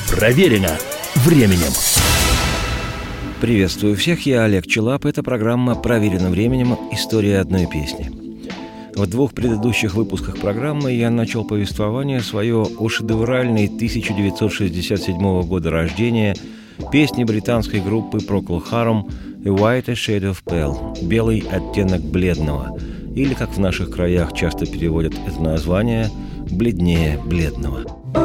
Проверено временем. Приветствую всех, я Олег Челап. Это программа «Проверено временем. История одной песни». В двух предыдущих выпусках программы я начал повествование свое о шедевральной 1967 года рождения песни британской группы Procol Harum «A Whiter Shade of Pale» – «Белый оттенок бледного», или, как в наших краях часто переводят это название, «бледнее бледного».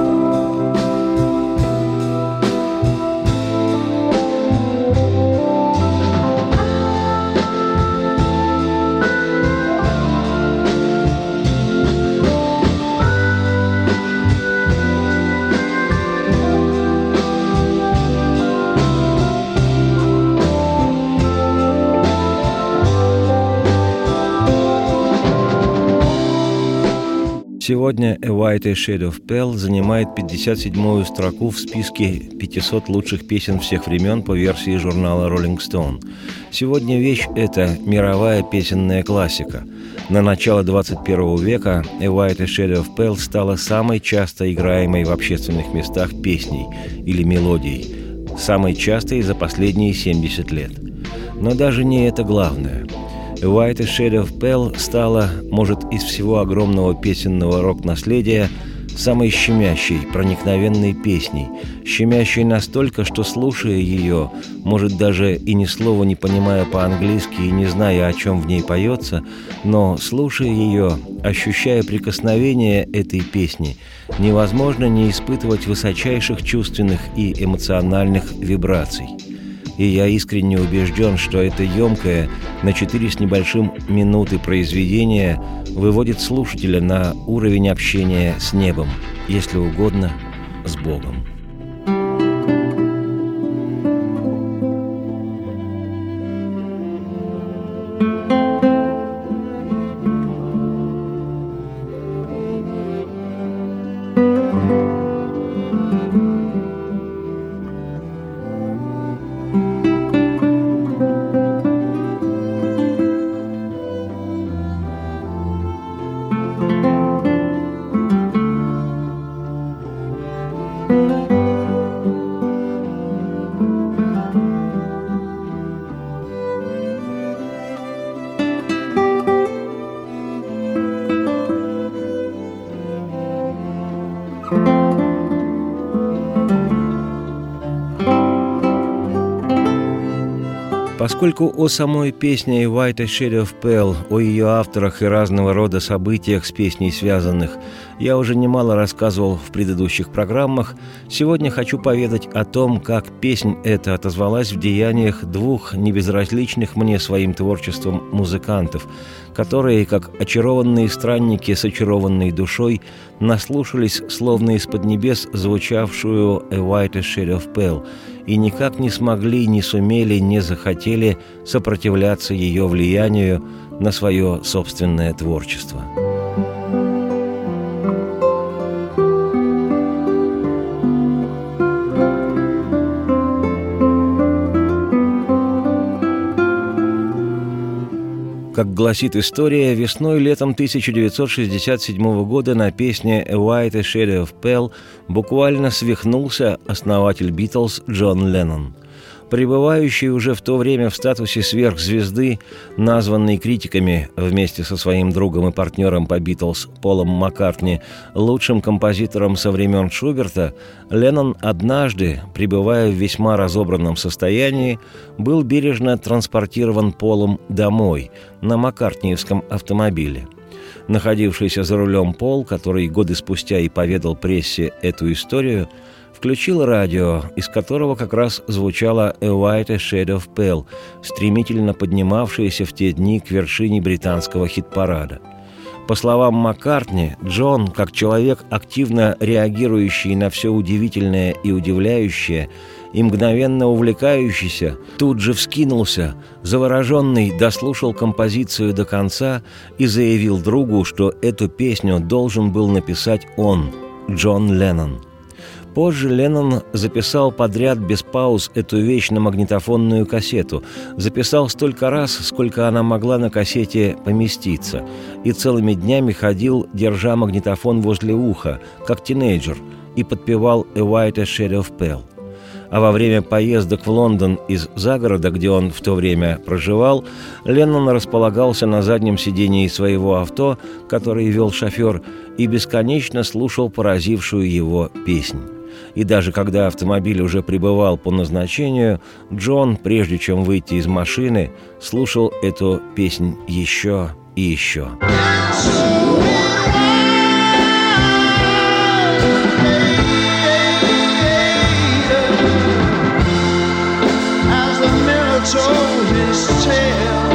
Сегодня «A Whiter Shade of Pale» занимает 57-ю строку в списке 500 лучших песен всех времен по версии журнала Rolling Stone. Сегодня вещь эта мировая песенная классика. На начало 21 века «A Whiter Shade of Pale» стала самой часто играемой в общественных местах песней или мелодией, самой частой за последние 70 лет. Но даже не это главное. «A Whiter Shade of Pale» стала, может, из всего огромного песенного рок-наследия самой щемящей, проникновенной песней, щемящей настолько, что, слушая ее, может, даже и ни слова не понимая по-английски и не зная, о чем в ней поется, но, слушая ее, ощущая прикосновение этой песни, невозможно не испытывать высочайших чувственных и эмоциональных вибраций. И я искренне убежден, что это емкое, на 4 с небольшим минуты произведение выводит слушателя на уровень общения с небом, если угодно, с Богом. Поскольку о самой песне «A Whiter Shade of Pale», о ее авторах и разного рода событиях с песней связанных, я уже немало рассказывал в предыдущих программах, сегодня хочу поведать о том, как песнь эта отозвалась в деяниях двух небезразличных мне своим творчеством музыкантов, которые, как очарованные странники с очарованной душой, наслушались, словно из-под небес, звучавшую «A Whiter Shade of Pale», и никак не смогли, не сумели, не захотели сопротивляться ее влиянию на свое собственное творчество. Как гласит история, весной-летом 1967 года на песне «A Whiter Shade of Pale» буквально свихнулся основатель «Битлз» Джон Леннон. Пребывающий уже в то время в статусе сверхзвезды, названный критиками вместе со своим другом и партнером по «Битлз» Полом Маккартни лучшим композитором со времен Шуберта, Леннон однажды, пребывая в весьма разобранном состоянии, был бережно транспортирован Полом домой на маккартниевском автомобиле. Находившийся за рулем Пол, который годы спустя и поведал прессе эту историю, включил радио, из которого как раз звучала «A Whiter Shade of Pale», стремительно поднимавшаяся в те дни к вершине британского хит-парада. По словам Маккартни, Джон, как человек, активно реагирующий на все удивительное и удивляющее, и мгновенно увлекающийся, тут же вскинулся, завороженный, дослушал композицию до конца и заявил другу, что эту песню должен был написать он, Джон Леннон. Позже Леннон записал подряд без пауз эту вещь на магнитофонную кассету. Записал столько раз, сколько она могла на кассете поместиться. И целыми днями ходил, держа магнитофон возле уха, как тинейджер, и подпевал «A White Shade of Pale». А во время поездок в Лондон из загорода, где он в то время проживал, Леннон располагался на заднем сидении своего авто, которое вел шофер, и бесконечно слушал поразившую его песнь. И даже когда автомобиль уже прибывал по назначению, Джон, прежде чем выйти из машины, слушал эту песнь еще и еще. Told his tale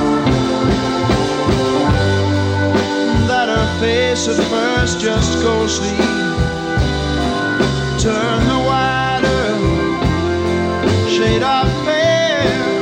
that her face at first just ghostly turned the whiter shade of pale.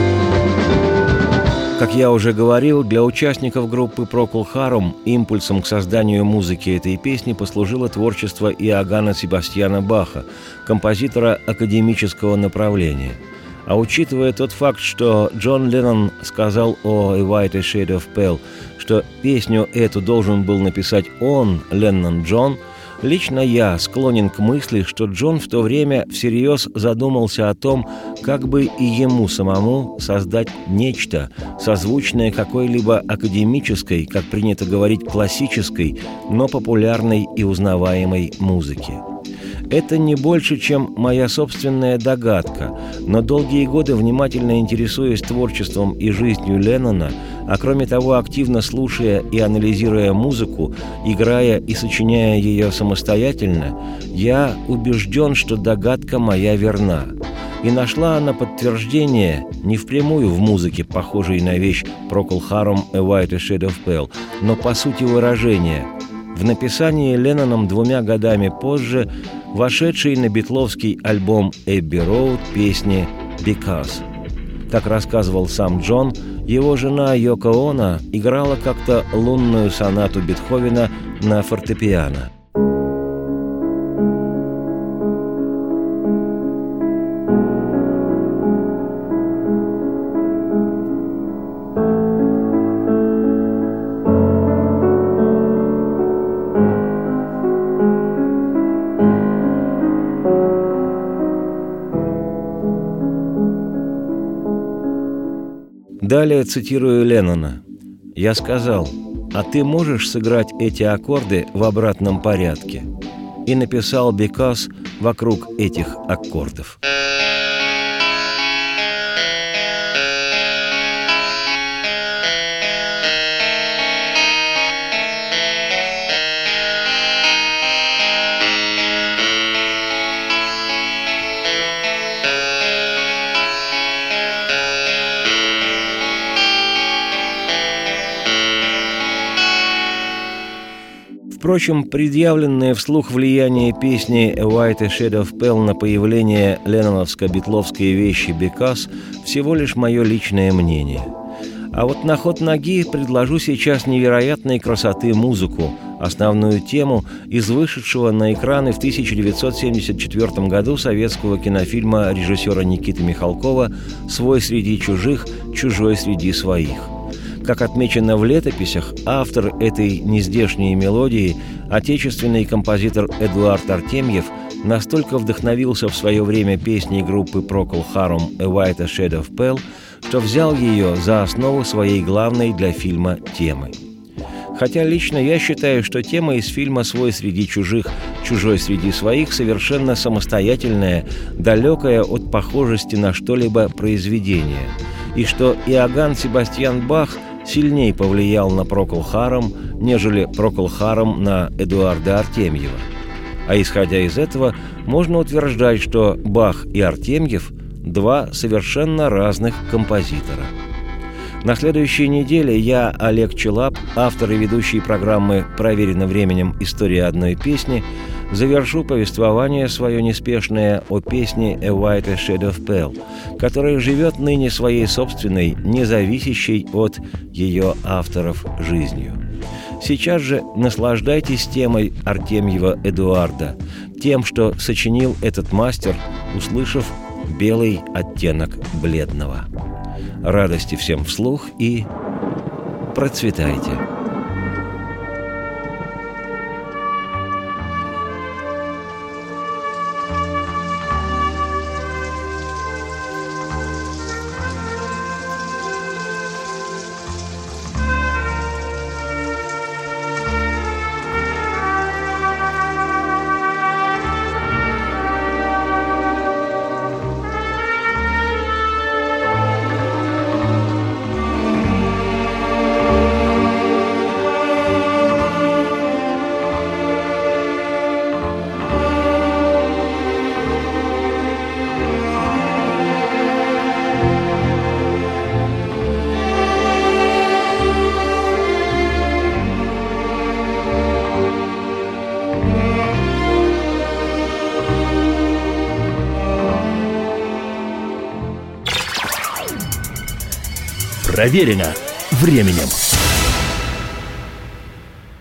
Как я уже говорил, для участников группы Procol Harum импульсом к созданию музыки этой песни послужило творчество Иоганна Себастьяна Баха, композитора академического направления. А учитывая тот факт, что Джон Леннон сказал о «A White Shade of Pale», что песню эту должен был написать он, Леннон Джон, лично я склонен к мысли, что Джон в то время всерьез задумался о том, как бы и ему самому создать нечто, созвучное какой-либо академической, как принято говорить, классической, но популярной и узнаваемой музыке. Это не больше, чем моя собственная догадка, но долгие годы, внимательно интересуясь творчеством и жизнью Леннона, а кроме того активно слушая и анализируя музыку, играя и сочиняя ее самостоятельно, я убежден, что догадка моя верна. И нашла она подтверждение не впрямую в музыке, похожей на вещь Procol Harum «A White Shade of Pale», но по сути выражения – в написании Ленноном 2 годами позже вошедшей на битловский альбом «Эбби Роуд» песни «Because». Как рассказывал сам Джон, его жена Йоко Оно играла как-то лунную сонату Бетховена на фортепиано. Далее цитирую Леннона. «Я сказал, а ты можешь сыграть эти аккорды в обратном порядке?» И написал «Because» вокруг этих аккордов. Впрочем, предъявленное вслух влияние песни «A White Shade of Pale» на появление ленноновско-битловской вещи «Because» всего лишь мое личное мнение. А вот на ход ноги предложу сейчас невероятной красоты музыку, основную тему из вышедшего на экраны в 1974 году советского кинофильма режиссера Никиты Михалкова «Свой среди чужих, чужой среди своих». Как отмечено в летописях, автор этой нездешней мелодии, отечественный композитор Эдуард Артемьев, настолько вдохновился в свое время песней группы Procol Harum «A White Shade of Pale», что взял ее за основу своей главной для фильма темы. Хотя лично я считаю, что тема из фильма «Свой среди чужих, чужой среди своих» совершенно самостоятельная, далекая от похожести на что-либо произведение, и что Иоганн Себастьян Бах сильнее повлиял на Procol Harum, нежели Procol Harum на Эдуарда Артемьева. А исходя из этого, можно утверждать, что Бах и Артемьев – 2 совершенно разных композитора. На следующей неделе я, Олег Челап, автор и ведущий программы «Проверено временем. История одной песни», завершу повествование свое неспешное о песне «A White Shade of Pale», которая живет ныне своей собственной, независящей от ее авторов жизнью. Сейчас же наслаждайтесь темой Артемьева Эдуарда, тем, что сочинил этот мастер, услышав белый оттенок бледного. Радости всем вслух и процветайте! Проверено временем.